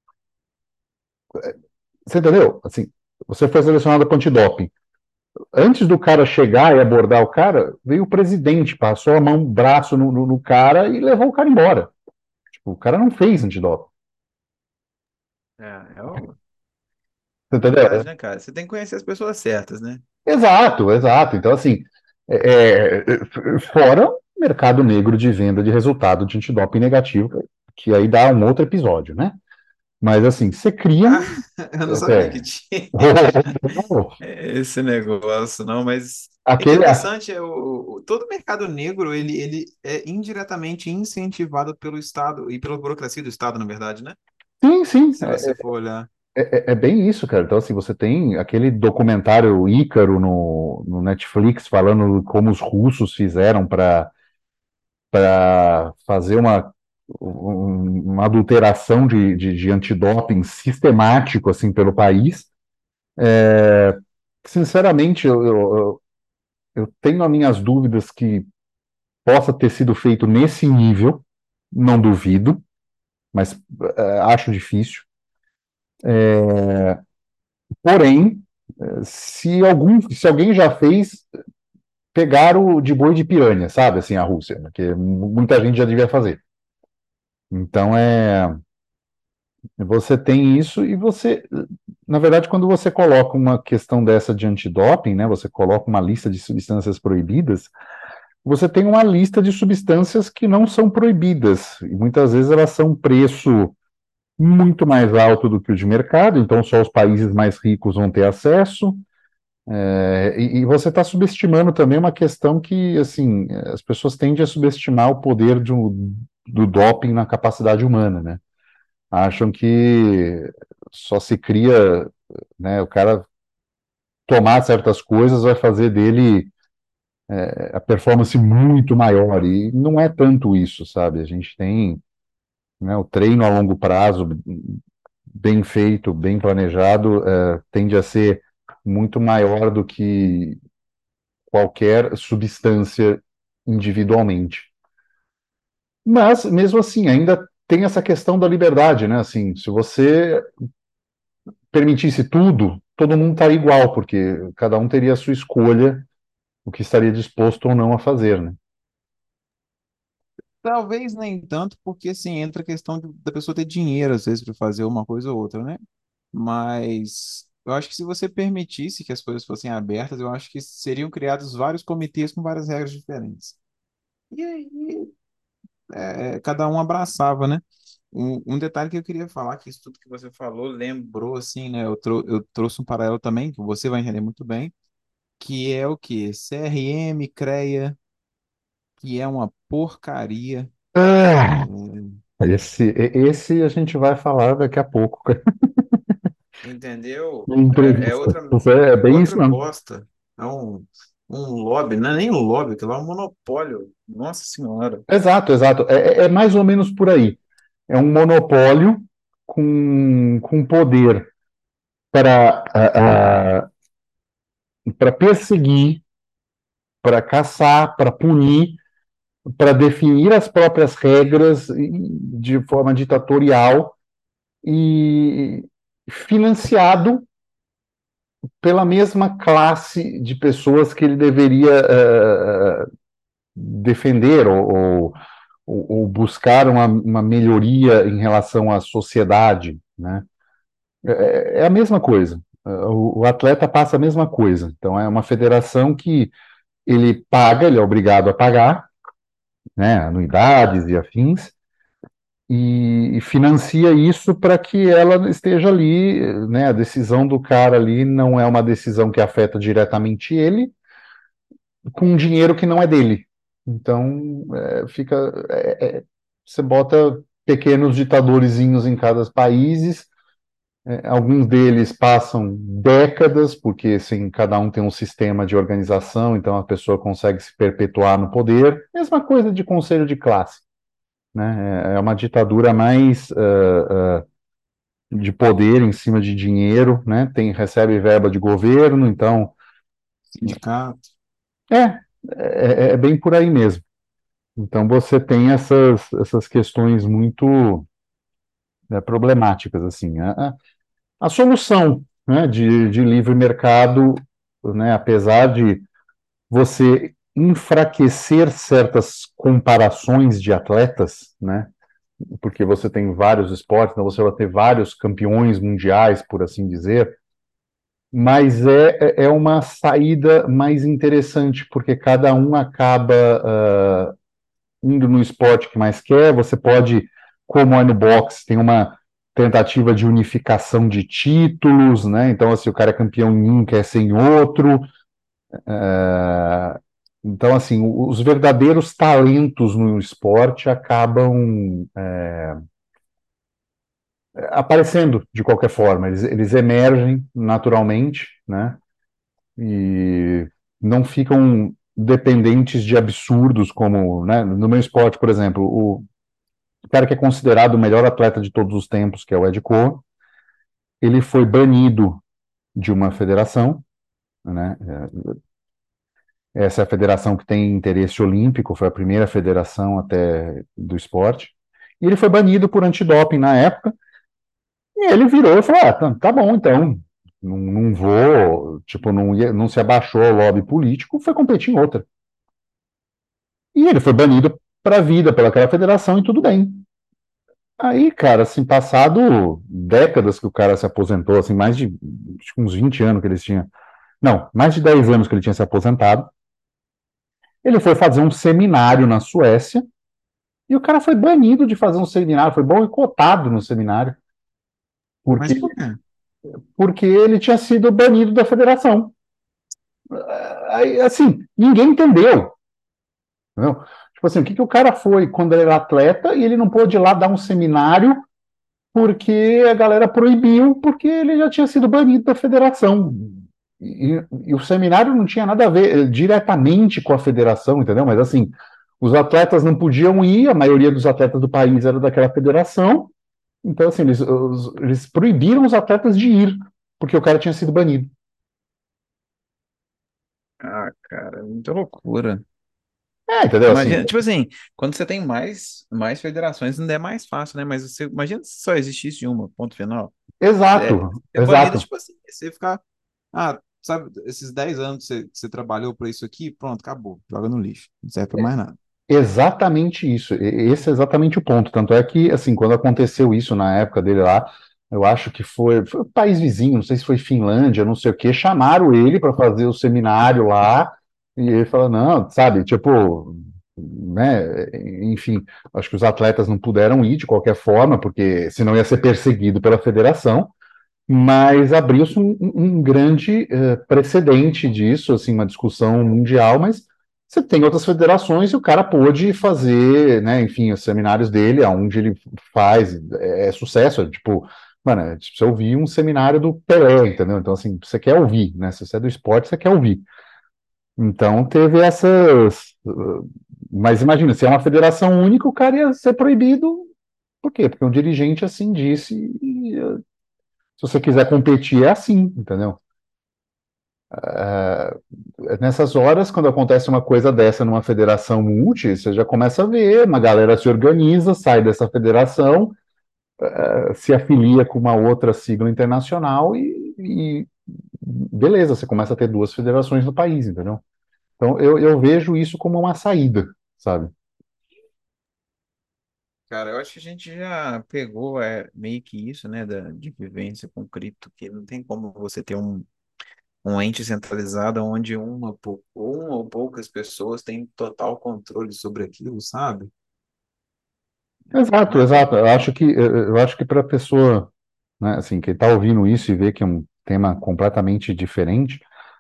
Você entendeu? Assim, você foi selecionado para o antidoping. Antes do cara chegar e abordar o cara, veio o presidente, passou a mão, o braço no, no, no cara e levou o cara embora. Tipo, o cara não fez antidoping. É, é o- Entendeu? complicado, né, cara? Você tem que conhecer as pessoas certas, né? Exato, exato. Então, assim, é, é, fora o mercado negro de venda de resultado de antidoping negativo, que aí dá um outro episódio, né? Mas, assim, você cria Ah, um. eu não sabia É, que tinha é, esse negócio, não, mas é aquele. interessante, é o, o- todo o mercado negro, ele, ele é indiretamente incentivado pelo Estado e pela burocracia do Estado, na verdade, né? Sim, sim, Se você for olhar. é, é- é bem isso, cara. Então, assim, você tem aquele documentário Ícaro no, no Netflix falando como os russos fizeram para para fazer uma, um- uma adulteração de, de, de antidoping sistemático, assim, pelo país. É, sinceramente, eu, eu, eu eu tenho as minhas dúvidas que possa ter sido feito nesse nível, não duvido, mas é, acho difícil. Porém, se algum, se alguém já fez, pegaram de boi de piranha, sabe? Assim, a Rússia, né? Que muita gente já devia fazer. Então, é, você tem isso e você, na verdade, quando você coloca uma questão dessa de antidoping, né? Você coloca uma lista de substâncias proibidas, você tem uma lista de substâncias que não são proibidas, e muitas vezes elas são um preço muito mais alto do que o de mercado, então só os países mais ricos vão ter acesso. É, e, e você está subestimando também uma questão que, assim, as pessoas tendem a subestimar o poder de um- do doping na capacidade humana, né? Acham que só se cria, né, o cara tomar certas coisas vai fazer dele a performance muito maior, e não é tanto isso, sabe? A gente tem, né, o treino a longo prazo, bem feito, bem planejado, eh, tende a ser muito maior do que qualquer substância individualmente. Mas, mesmo assim, ainda tem essa questão da liberdade, né? Assim, se você permitisse tudo, todo mundo estaria igual, porque cada um teria a sua escolha, o que estaria disposto ou não a fazer, né? Talvez nem tanto, porque assim, entra a questão de- da pessoa ter dinheiro, às vezes, para fazer uma coisa ou outra, né? Mas eu acho que se você permitisse que as coisas fossem abertas, eu acho que seriam criados vários comitês com várias regras diferentes. E aí, é, cada um abraçava, né? Um, um detalhe que eu queria falar, que isso tudo que você falou lembrou, assim, né? Eu, trou eu trouxe um paralelo também, que você vai entender muito bem, que é o quê? C R M, CREA, que é uma porcaria. Ah, É, esse, esse a gente vai falar daqui a pouco, Entendeu? em É, é entrevista. outra, Isso é bem isso outra mesmo. bosta. É um, um lobby, não é nem um lobby, aquilo é um monopólio. Nossa Senhora. Exato, exato. É, é é mais ou menos por aí. É um monopólio com, com poder para para perseguir, para caçar, para punir, para definir as próprias regras de forma ditatorial e financiado pela mesma classe de pessoas que ele deveria uh, defender ou, ou, ou buscar uma, uma, melhoria em relação à sociedade, né? É, é a mesma coisa. O, o atleta passa a mesma coisa. Então é uma federação que ele paga, ele é obrigado a pagar, né, anuidades e afins, e financia isso para que ela esteja ali, né, a decisão do cara ali não é uma decisão que afeta diretamente ele, com dinheiro que não é dele. Então, é, fica, é, é, você bota pequenos ditadorzinhos em cada país, é, alguns deles passam décadas, porque assim, cada um tem um sistema de organização, então a pessoa consegue se perpetuar no poder. Mesma coisa de conselho de classe, né? É, é uma ditadura mais uh, uh, de poder em cima de dinheiro, né? Tem, recebe verba de governo, então sindicato. é, é, é bem por aí mesmo. Então você tem essas, essas questões muito, né, problemáticas, assim. A, a, a solução, né, de, de livre mercado, né, apesar de você enfraquecer certas comparações de atletas, né, porque você tem vários esportes, então você vai ter vários campeões mundiais, por assim dizer, mas é, é é uma saída mais interessante, porque cada um acaba uh, indo no esporte que mais quer, você pode, como é no boxe, tem uma tentativa de unificação de títulos, né? Então, assim, o cara é campeão em um, quer ser em outro. É, então, assim, os verdadeiros talentos no esporte acabam é, aparecendo de qualquer forma, eles, eles emergem naturalmente, né? E não ficam dependentes de absurdos como, né? No meu esporte, por exemplo, o o cara que é considerado o melhor atleta de todos os tempos, que é o Ed Coe, ele foi banido de uma federação, né? Essa é a federação que tem interesse olímpico, foi a primeira federação até do esporte, e ele foi banido por antidoping na época, e ele virou e falou, ah, tá, tá bom, então, não, não vou, tipo, não, ia, não se abaixou ao lobby político, foi competir em outra. E ele foi banido para a vida pelaquela federação e tudo bem. Aí, cara, assim, passado décadas que o cara se aposentou, assim, mais de acho que uns vinte anos que eles tinham. Não, mais de dez anos que ele tinha se aposentado. Ele foi fazer um seminário na Suécia e o cara foi banido de fazer um seminário, foi boicotado no seminário, Mas porque, por quê? porque ele tinha sido banido da federação. Aí, assim, ninguém entendeu. Entendeu? Tipo assim, o que, que o cara foi quando ele era atleta e ele não pôde ir lá dar um seminário porque a galera proibiu, porque ele já tinha sido banido da federação. E, e o seminário não tinha nada a ver eh, diretamente com a federação, entendeu? Mas assim, os atletas não podiam ir, a maioria dos atletas do país era daquela federação, então assim, eles, os- eles proibiram os atletas de ir, porque o cara tinha sido banido. Ah, cara, muita loucura. É, entendeu? Assim, Imagina, tipo assim, quando você tem mais, mais federações, ainda é mais fácil, né? Mas você, imagina se só existisse uma, ponto final. É, exato, ser banido, exato. tipo assim, você ficar. Ah, sabe, esses dez anos que você, que você trabalhou para isso aqui, pronto, acabou. Joga no lixo. Não serve pra mais nada. Exatamente isso. E- Esse é exatamente o ponto. Tanto é que, assim, quando aconteceu isso na época dele lá, eu acho que foi, foi um país vizinho, não sei se foi Finlândia, não sei o quê, chamaram ele para fazer o seminário lá, e ele falou, não, sabe, tipo, né, enfim, acho que os atletas não puderam ir de qualquer forma, porque senão ia ser perseguido pela federação, mas abriu-se um, um- um grande eh, precedente disso, assim, uma discussão mundial, mas você tem outras federações e o cara pôde fazer, né, enfim, os seminários dele, aonde ele faz, é, é sucesso, é tipo, mano, é tipo, você ouvir um seminário do Pelé, entendeu? Então, assim, você quer ouvir, né? Se você é do esporte, você quer ouvir. Então, teve essas. uh, Mas imagina, se é uma federação única, o cara ia ser proibido. Por quê? Porque um dirigente assim disse e uh, se você quiser competir, é assim, entendeu? É, nessas horas, quando acontece uma coisa dessa numa federação multi, você já começa a ver, uma galera se organiza, sai dessa federação, eh, se afilia com uma outra sigla internacional e, e beleza, você começa a ter duas federações no país, entendeu? Então eu, eu vejo isso como uma saída, sabe? Cara, eu acho que a gente já pegou é, meio que isso, né, da, de vivência com cripto, que não tem como você ter um, um ente centralizado onde uma, pou- uma ou poucas pessoas têm total controle sobre aquilo, sabe? Não Exato, é como. exato. Eu acho que eu eu acho que para a pessoa, né, assim, que está ouvindo isso e vê que é um tema completamente diferente.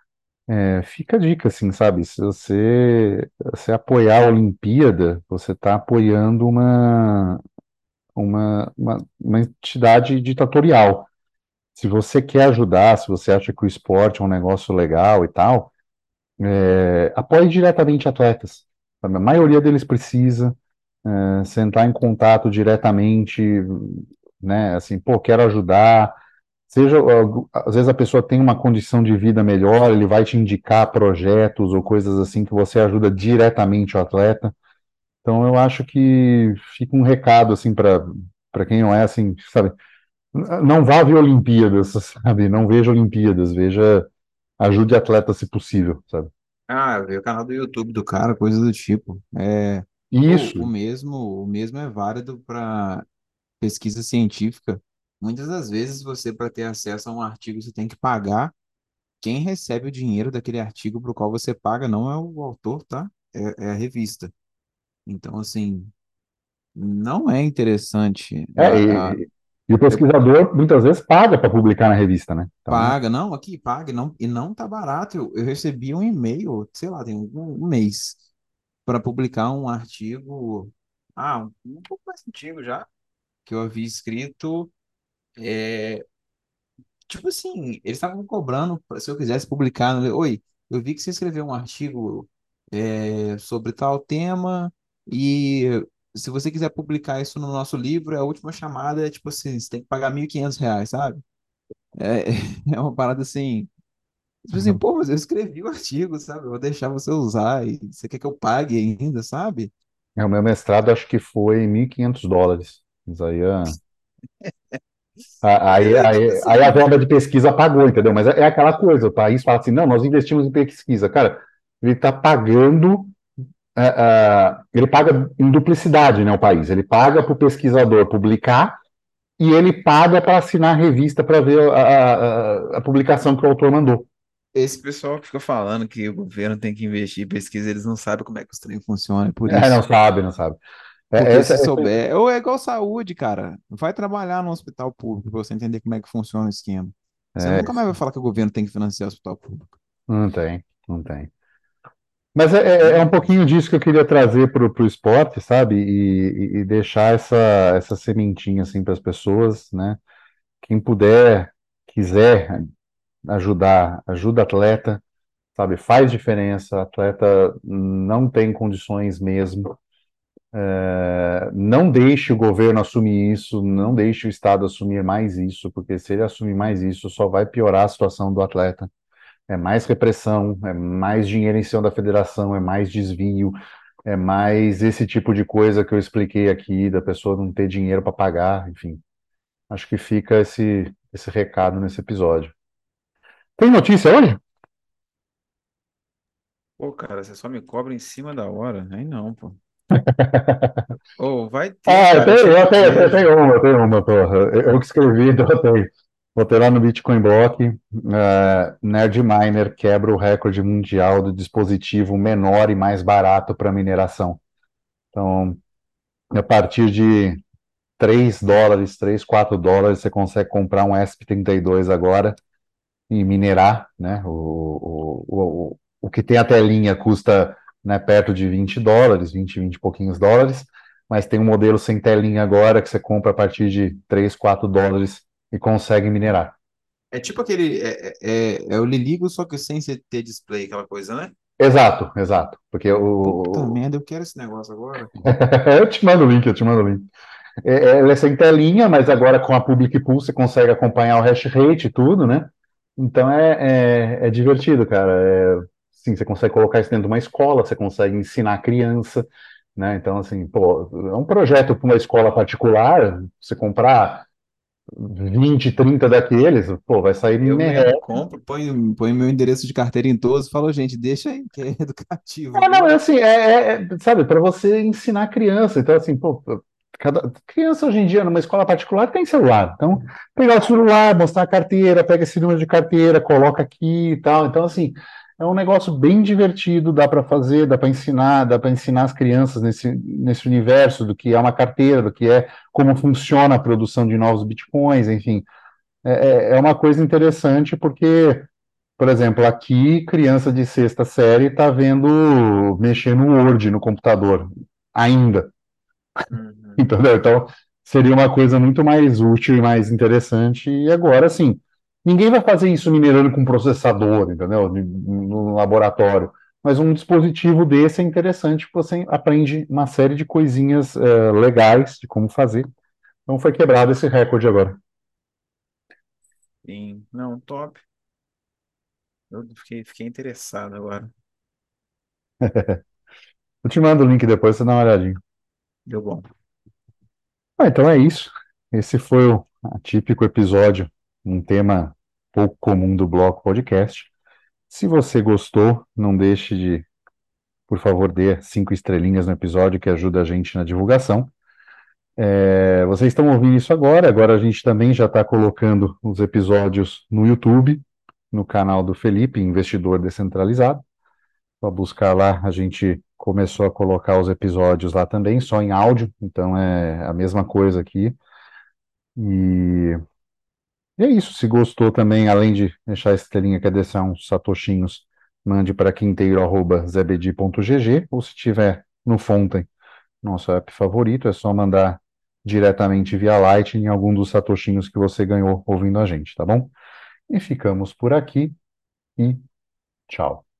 É, fica a dica, assim, sabe? Se você, se apoiar a Olimpíada, você está apoiando uma, uma, uma, uma entidade ditatorial. Se você quer ajudar, se você acha que o esporte é um negócio legal e tal, é, apoie diretamente atletas. Sabe? A maioria deles precisa, é, você entrar em contato diretamente, né? Assim, pô, quero ajudar. Seja, ó, às vezes a pessoa tem uma condição de vida melhor, ele vai te indicar projetos ou coisas assim que você ajuda diretamente o atleta. Então eu acho que fica um recado assim para para quem não é assim, sabe? N- Não vá ver Olimpíadas, sabe? Não veja Olimpíadas, veja, ajude atleta se possível, sabe? Ah, ver o canal do YouTube do cara, coisa do tipo. É, Isso, o, o mesmo, o mesmo é válido para pesquisa científica. Muitas das vezes você, para ter acesso a um artigo, você tem que pagar. Quem recebe o dinheiro daquele artigo para o qual você paga não é o autor, tá? É, é a revista. Então, assim, não é interessante. é, A, a- e, e o eu pesquisador muitas vezes paga para publicar na revista, né? Então, paga, não, aqui paga, e não, e não tá barato. Eu, eu recebi um e-mail, sei lá, tem um, um mês, para publicar um artigo, ah, um, um pouco mais antigo já, que eu havia escrito. é, Tipo assim, eles estavam cobrando pra- se eu quisesse publicar. No... Oi, eu vi que você escreveu um artigo é, sobre tal tema e se você quiser publicar isso no nosso livro, a última chamada é tipo assim, você tem que pagar mil e quinhentos reais, sabe? É, é uma parada assim, tipo assim, pô, mas eu escrevi o artigo, sabe? Eu vou deixar você usar e você quer que eu pague ainda, sabe? é, o meu mestrado acho que foi mil e quinhentos dólares. Isso aí é. Aí, É, tipo aí, aí a assim, verba de pesquisa pagou, entendeu? Mas é, é aquela coisa, o país fala assim, não, nós investimos em pesquisa. Cara, ele está pagando, é, é, ele paga em duplicidade, né, o país. Ele paga para o pesquisador publicar e ele paga para assinar a revista para ver a, a, a- a publicação que o autor mandou. esse pessoal que fica falando que o governo tem que investir em pesquisa, eles não sabem como é que os trem funciona, é por É, não isso. sabe, não sabe. É, Porque essa, se essa- souber, ou é igual saúde, cara. Vai trabalhar no hospital público pra você entender como é que funciona o esquema. Você é, nunca mais vai falar que o governo tem que financiar o hospital público. não tem, não tem. Mas é, é- é né? um pouquinho disso que eu queria trazer para o esporte, sabe? E, e- e deixar essa, essa sementinha assim para as pessoas, né? Quem puder, quiser ajudar, ajuda atleta, sabe? Faz diferença. Atleta não tem condições mesmo. É, não deixe o governo assumir isso, não deixe o Estado assumir mais isso, porque se ele assumir mais isso, só vai piorar a situação do atleta. É mais repressão, é mais dinheiro em cima da federação, é mais desvio, é mais esse tipo de coisa que eu expliquei aqui, da pessoa não ter dinheiro para pagar, enfim. Acho que fica esse, esse recado nesse episódio. Tem notícia hoje? Pô, cara, você só me cobra em cima da hora. Aí não, pô. Ô, vai ter, Ah, eu cara, eu tenho, eu sempre tenho, eu vejo. tenho uma, eu tenho uma, porra. Eu, eu que escrevi, então eu tenho. Botei lá no Bitcoin Block, uh, Nerdminer quebra o recorde mundial do dispositivo menor e mais barato para mineração. Então, a partir de três dólares, três quatro dólares, você consegue comprar um E S P trinta e dois agora e minerar, né? O, o, o, o que tem a telinha custa, né, perto de vinte dólares, vinte vinte e pouquinhos dólares, mas tem um modelo sem telinha agora que você compra a partir de três quatro dólares e consegue minerar. É tipo aquele. É, é, é é o Liligo, só que sem ser- ter display, aquela coisa, né? Exato, exato. Porque Puta o. merda, eu quero esse negócio agora. Eu te mando o link, eu te mando o link. É, é, ela é sem telinha, mas agora com a Public Pool você consegue acompanhar o hash rate e tudo, né? Então é, é, é divertido, cara. É, sim, você consegue colocar isso dentro de uma escola, você consegue ensinar a criança, né? Então, assim, pô, é um projeto para uma escola particular, você comprar vinte, trinta daqueles, pô, vai sair Eu merreca. mesmo compro. Põe, põe meu endereço de carteira em todos e fala, gente, deixa aí, que é educativo, Ah, não, viu? é assim, é, é- é, sabe, para você ensinar a criança. Então, assim, pô, cada criança hoje em dia numa escola particular tem celular. Então, pegar o celular, mostrar a carteira, pega esse número de carteira, coloca aqui e tal. Então, assim, é um negócio bem divertido, dá para fazer, dá para ensinar, dá para ensinar as crianças nesse, nesse universo do que é uma carteira, do que é como funciona a produção de novos bitcoins, enfim. É, é é uma coisa interessante porque por exemplo, aqui, criança de sexta série está vendo mexer no Word no computador, ainda, Uhum. entendeu? Então, seria uma coisa muito mais útil e mais interessante. E agora, assim, ninguém vai fazer isso minerando com processador, entendeu? No laboratório. Mas um dispositivo desse é interessante, porque você aprende uma série de coisinhas eh, legais de como fazer. Então, foi quebrado esse recorde agora. Sim. Não, top. Eu fiquei, fiquei interessado agora. Eu te mando o link depois, você dá uma olhadinha. Deu bom. Ah, então é isso. Esse foi o atípico episódio, um tema pouco comum do Bloco Podcast. Se você gostou, não deixe de, por favor, dê cinco estrelinhas no episódio, que ajuda a gente na divulgação. É, vocês estão ouvindo isso agora, agora a gente também já está colocando os episódios no YouTube, no canal do Felipe, Investidor Descentralizado. Só buscar lá, a gente começou a colocar os episódios lá também, só em áudio, então é a mesma coisa aqui. E E é isso. Se gostou também, além de deixar a estrelinha, quer deixar uns satoshinhos, mande para quinteiro arroba zebedi ponto g g, ou se tiver no Fountain, nosso app favorito, é só mandar diretamente via Lightning algum dos satoshinhos que você ganhou ouvindo a gente, tá bom? E ficamos por aqui e tchau.